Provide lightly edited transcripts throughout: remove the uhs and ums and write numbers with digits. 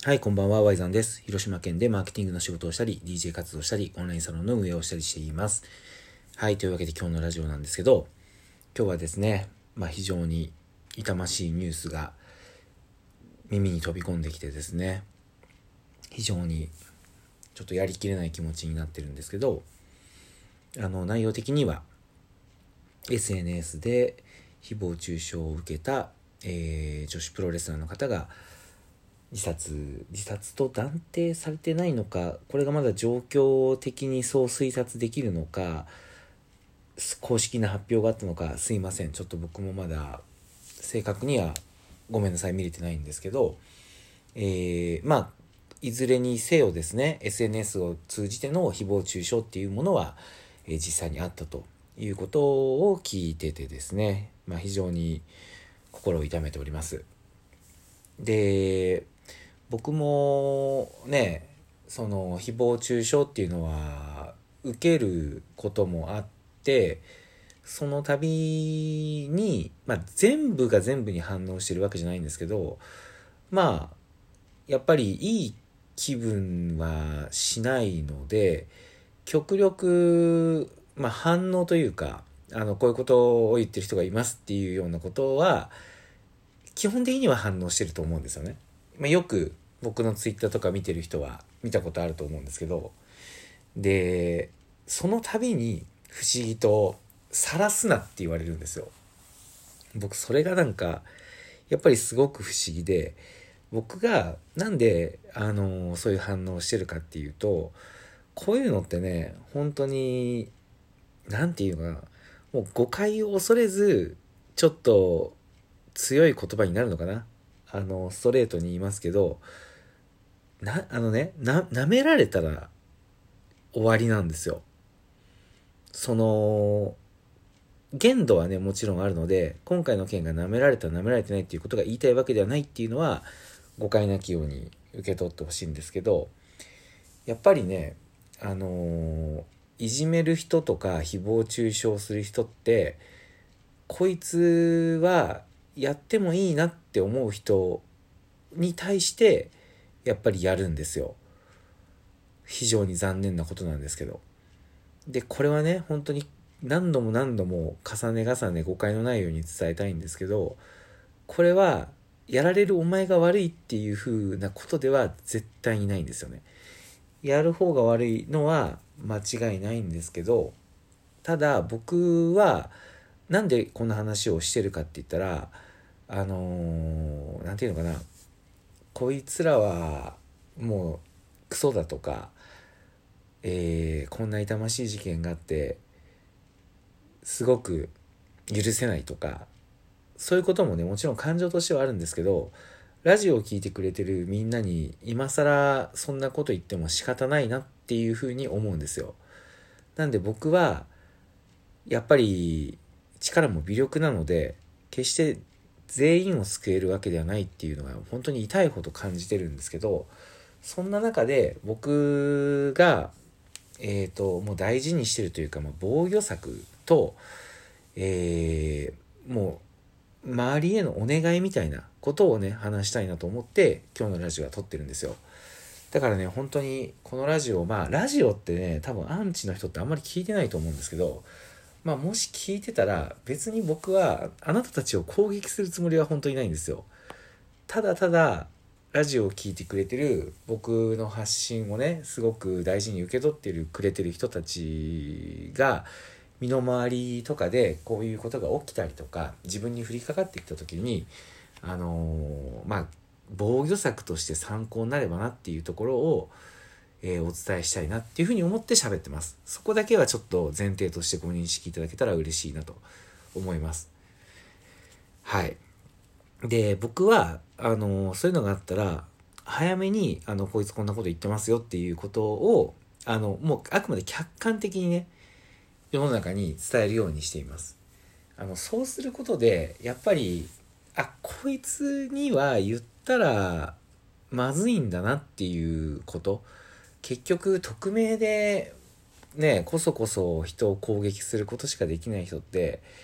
はい、こんばんは、ワイザンです。広島県でマーケティングの仕事をしたり、DJ 活動したり、オンラインサロンの運営をしたりしています。はい、というわけで今日のラジオなんですけど、今日はですね、非常に痛ましいニュースが耳に飛び込んできてですね、非常にちょっとやりきれない気持ちになってるんですけど、内容的には SNS で誹謗中傷を受けた、女子プロレスラーの方が自殺と断定されてないのか、これがまだ状況的にそう推察できるのか、公式な発表があったのか、すいません、ちょっと僕もまだ正確にはごめんなさい、見れてないんですけど、いずれにせよですね、 SNS を通じての誹謗中傷っていうものは、実際にあったということを聞いててですね、非常に心を痛めております。で、僕もね、その誹謗中傷っていうのは受けることもあって、その度に、全部が全部に反応してるわけじゃないんですけど、やっぱりいい気分はしないので、極力、反応というか、こういうことを言ってる人がいますっていうようなことは、基本的には反応してると思うんですよね。よく僕のツイッターとか見てる人は見たことあると思うんですけど、で、その度に不思議と晒すなって言われるんですよ。僕それがやっぱりすごく不思議で、僕がなんでそういう反応をしてるかっていうと、こういうのってね、本当になんていうのかな、もう誤解を恐れず、ちょっと強い言葉になるのかな、ストレートに言いますけど、舐められたら終わりなんですよ。その限度はね、もちろんあるので、今回の件が舐められた舐められてないっていうことが言いたいわけではないっていうのは誤解なきように受け取ってほしいんですけど、やっぱりね、いじめる人とか誹謗中傷する人って、こいつはやってもいいなって思う人に対してやっぱりやるんですよ。非常に残念なことなんですけど。で、これはね、本当に何度も何度も重ね重ね誤解のないように伝えたいんですけど、これはやられるお前が悪いっていう風なことでは絶対にないんですよね。やる方が悪いのは間違いないんですけど、ただ僕はなんでこんな話をしてるかって言ったら、なんていうのかな、こいつらはもうクソだとか、こんな痛ましい事件があってすごく許せないとか、そういうこともね、もちろん感情としてはあるんですけど、ラジオを聞いてくれてるみんなに今更そんなこと言っても仕方ないなっていうふうに思うんですよ。なんで僕はやっぱり力も微力なので、決して全員を救えるわけではないっていうのが本当に痛いほど感じてるんですけど、そんな中で僕がもう大事にしてるというか、防御策と、もう周りへのお願いみたいなことをね、話したいなと思って今日のラジオは撮ってるんですよ。だからね、本当にこのラジオ、ラジオってね、多分アンチの人ってあんまり聞いてないと思うんですけど、もし聞いてたら、別に僕はあなたたちを攻撃するつもりは本当にないんですよ。ただただラジオを聞いてくれてる、僕の発信をねすごく大事に受け取ってくれてる人たちが、身の回りとかでこういうことが起きたりとか、自分に降りかかってきた時に防御策として参考になればなっていうところを、お伝えしたいなっていうふうに思って喋ってます。そこだけはちょっと前提としてご認識いただけたら嬉しいなと思います。はい。で、僕はそういうのがあったら早めにこいつこんなこと言ってますよっていうことをもうあくまで客観的にね、世の中に伝えるようにしています。そうすることでやっぱり、こいつには言ったらまずいんだなっていうこと、結局匿名でねこそこそ人を攻撃することしかできない人って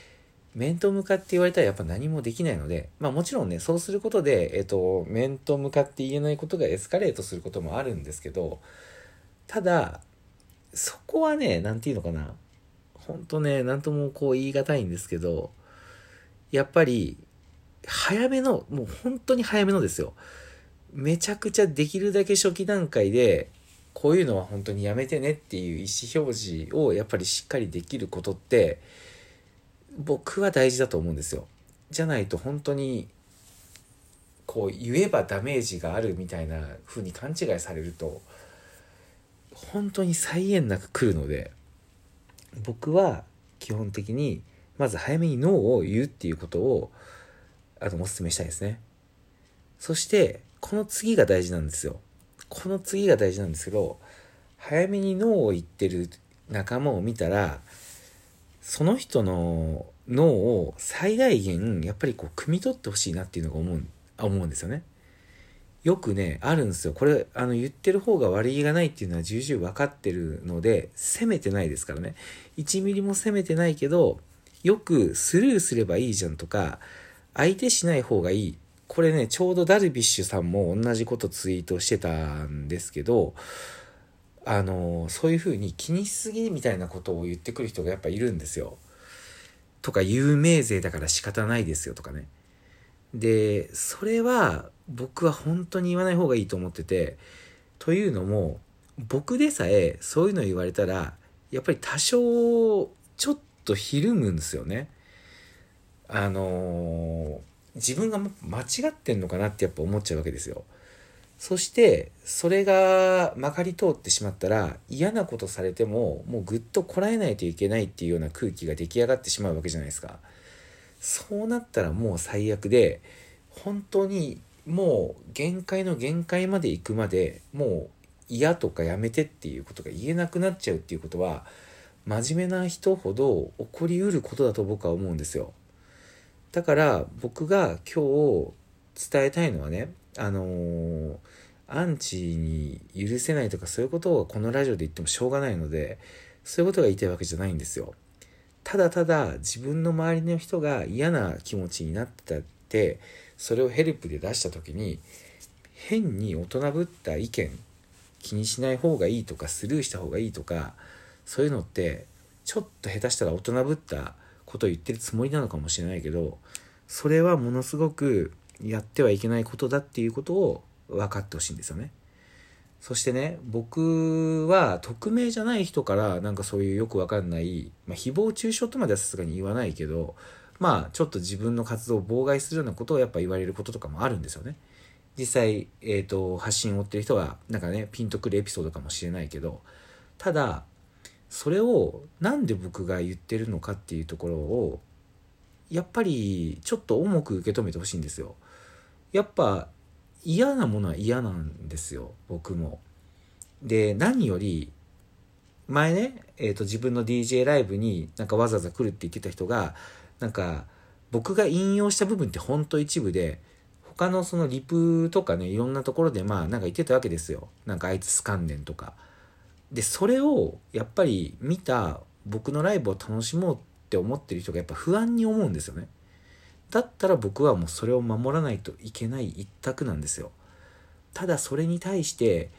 面と向かって言われたらやっぱ何もできないので、まあもちろんね、そうすることで、面と向かって言えないことがエスカレートすることもあるんですけど、ただ、そこはね、なんていうのかな。ほんとね、なんともこう言い難いんですけど、やっぱり、早めの、もう本当に早めのですよ。めちゃくちゃできるだけ初期段階で、こういうのは本当にやめてねっていう意思表示をやっぱりしっかりできることって、僕は大事だと思うんですよ。じゃないと本当にこう言えばダメージがあるみたいな風に勘違いされると本当に際限なく来るので、僕は基本的にまず早めにノーを言うっていうことをお勧めしたいですね。そしてこの次が大事なんですよ。この次が大事なんですけど、早めにノーを言ってる仲間を見たら、その人の脳を最大限やっぱりこう汲み取ってほしいなっていうのが思うんですよね。よくねあるんですよ。これ言ってる方が悪気がないっていうのは重々分かってるので、責めてないですからね。1ミリも責めてないけど、よくスルーすればいいじゃんとか、相手しない方がいい。これね、ちょうどダルビッシュさんも同じことツイートしてたんですけど、そういう風に気にしすぎみたいなことを言ってくる人がやっぱいるんですよ。とか、有名税だから仕方ないですよとかね。で、それは僕は本当に言わない方がいいと思ってて、というのも、僕でさえそういうの言われたら、やっぱり多少ちょっとひるむんですよね。あのー自分が間違ってんのかなってやっぱ思っちゃうわけですよ。そしてそれがまかり通ってしまったら、嫌なことされてももうぐっとこらえないといけないっていうような空気が出来上がってしまうわけじゃないですか。そうなったらもう最悪で、本当にもう限界の限界まで行くまでもう嫌とかやめてっていうことが言えなくなっちゃうっていうことは、真面目な人ほど起こりうることだと僕は思うんですよ。だから僕が今日伝えたいのはね、アンチに許せないとかそういうことをこのラジオで言ってもしょうがないので、そういうことが言いたいわけじゃないんですよ。ただただ自分の周りの人が嫌な気持ちになってたって、それをヘルプで出した時に、変に大人ぶった意見、気にしない方がいいとかスルーした方がいいとか、そういうのってちょっと下手したら大人ぶったことを言ってるつもりなのかもしれないけど、それはものすごくやってはいけないことだっていうことを分かってほしいんですよね。そしてね、僕は匿名じゃない人からなんかそういうよくわかんない、誹謗中傷とまではさすがに言わないけど、ちょっと自分の活動を妨害するようなことをやっぱ言われることとかもあるんですよね。実際、発信を追ってる人はなんかね、ピンとくるエピソードかもしれないけど、ただ、それをなんで僕が言ってるのかっていうところを、やっぱりちょっと重く受け止めてほしいんですよ。やっぱ嫌なものは嫌なんですよ、僕も。で、何より、前ね、自分の DJ ライブになんかわざわざ来るって言ってた人が、なんか、僕が引用した部分ってほんと一部で、他のそのリプとかね、いろんなところでなんか言ってたわけですよ。なんかあいつ好かんねんとか。で、それをやっぱり見た僕のライブを楽しもうって思ってる人がやっぱ不安に思うんですよね。だったら僕はもうそれを守らないといけない一択なんですよ。ただそれに対して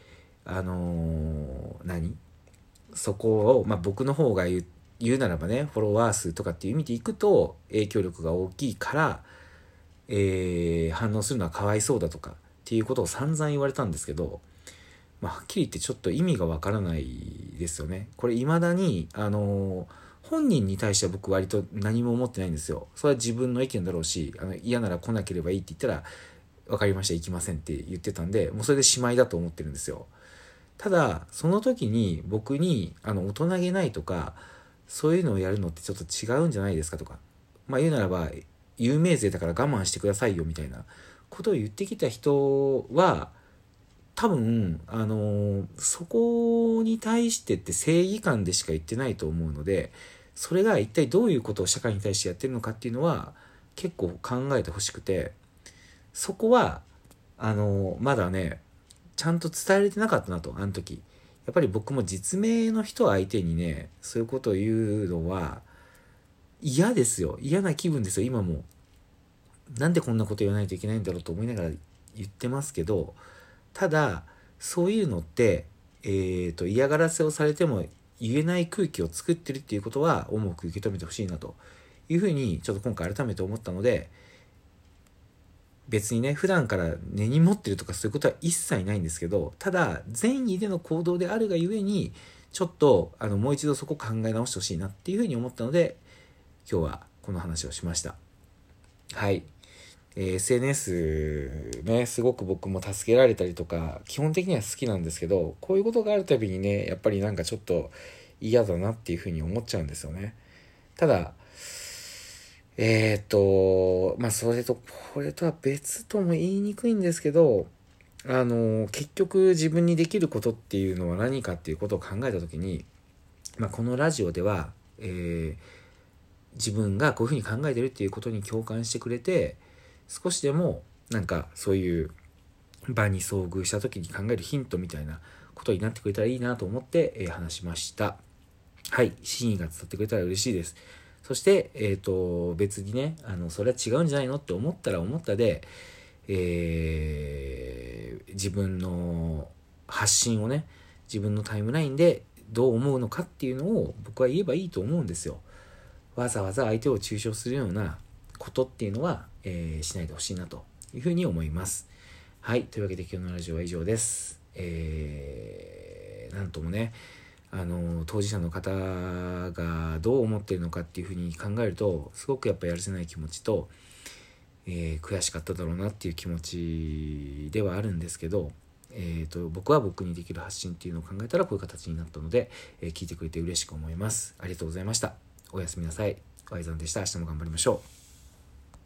そこを、僕の方が言うならばね、フォロワー数とかっていう意味でいくと影響力が大きいから、反応するのはかわいそうだとかっていうことを散々言われたんですけど、はっきり言ってちょっと意味がわからないですよね。これ未だに本人に対しては僕割と何も思ってないんですよ。それは自分の意見だろうし、嫌なら来なければいいって言ったら、分かりました、行きませんって言ってたんで、もうそれでしまいだと思ってるんですよ。ただその時に僕に大人げないとか、そういうのをやるのってちょっと違うんじゃないですかとか、言うならば有名税だから我慢してくださいよみたいなことを言ってきた人は、多分そこに対してって正義感でしか言ってないと思うので、それが一体どういうことを社会に対してやってるのかっていうのは結構考えてほしくて、そこはまだねちゃんと伝えられてなかったなと。あの時やっぱり僕も実名の人相手にねそういうことを言うのは嫌ですよ。嫌な気分ですよ、今も。なんでこんなこと言わないといけないんだろうと思いながら言ってますけど、ただ、そういうのって、嫌がらせをされても言えない空気を作ってるっていうことは重く受け止めてほしいなというふうにちょっと今回改めて思ったので、別にね、普段から根に持ってるとかそういうことは一切ないんですけど、ただ善意での行動であるがゆえにちょっともう一度そこを考え直してほしいなっていうふうに思ったので、今日はこの話をしました。はい。SNS ね、すごく僕も助けられたりとか基本的には好きなんですけど、こういうことがあるたびにね、やっぱりなんかちょっと嫌だなっていうふうに思っちゃうんですよね。ただそれとこれとは別とも言いにくいんですけど、結局自分にできることっていうのは何かっていうことを考えた時に、このラジオでは、自分がこういうふうに考えてるっていうことに共感してくれて、少しでもなんかそういう場に遭遇した時に考えるヒントみたいなことになってくれたらいいなと思って、話しました。はい、真意が伝わってくれたら嬉しいです。そして、別にね、それは違うんじゃないのって思ったら思ったで、自分の発信をね、自分のタイムラインでどう思うのかっていうのを僕は言えばいいと思うんですよ。わざわざ相手を抽象するようなことっていうのは、しないでほしいなというふうに思います。はい、というわけで今日のラジオは以上です。なんともね、当事者の方がどう思っているのかっていうふうに考えると、すごくやっぱやるせない気持ちと、悔しかっただろうなっていう気持ちではあるんですけど、僕は僕にできる発信っていうのを考えたらこういう形になったので、聞いてくれて嬉しく思います。ありがとうございました。おやすみなさい。ワイザンでした。明日も頑張りましょう。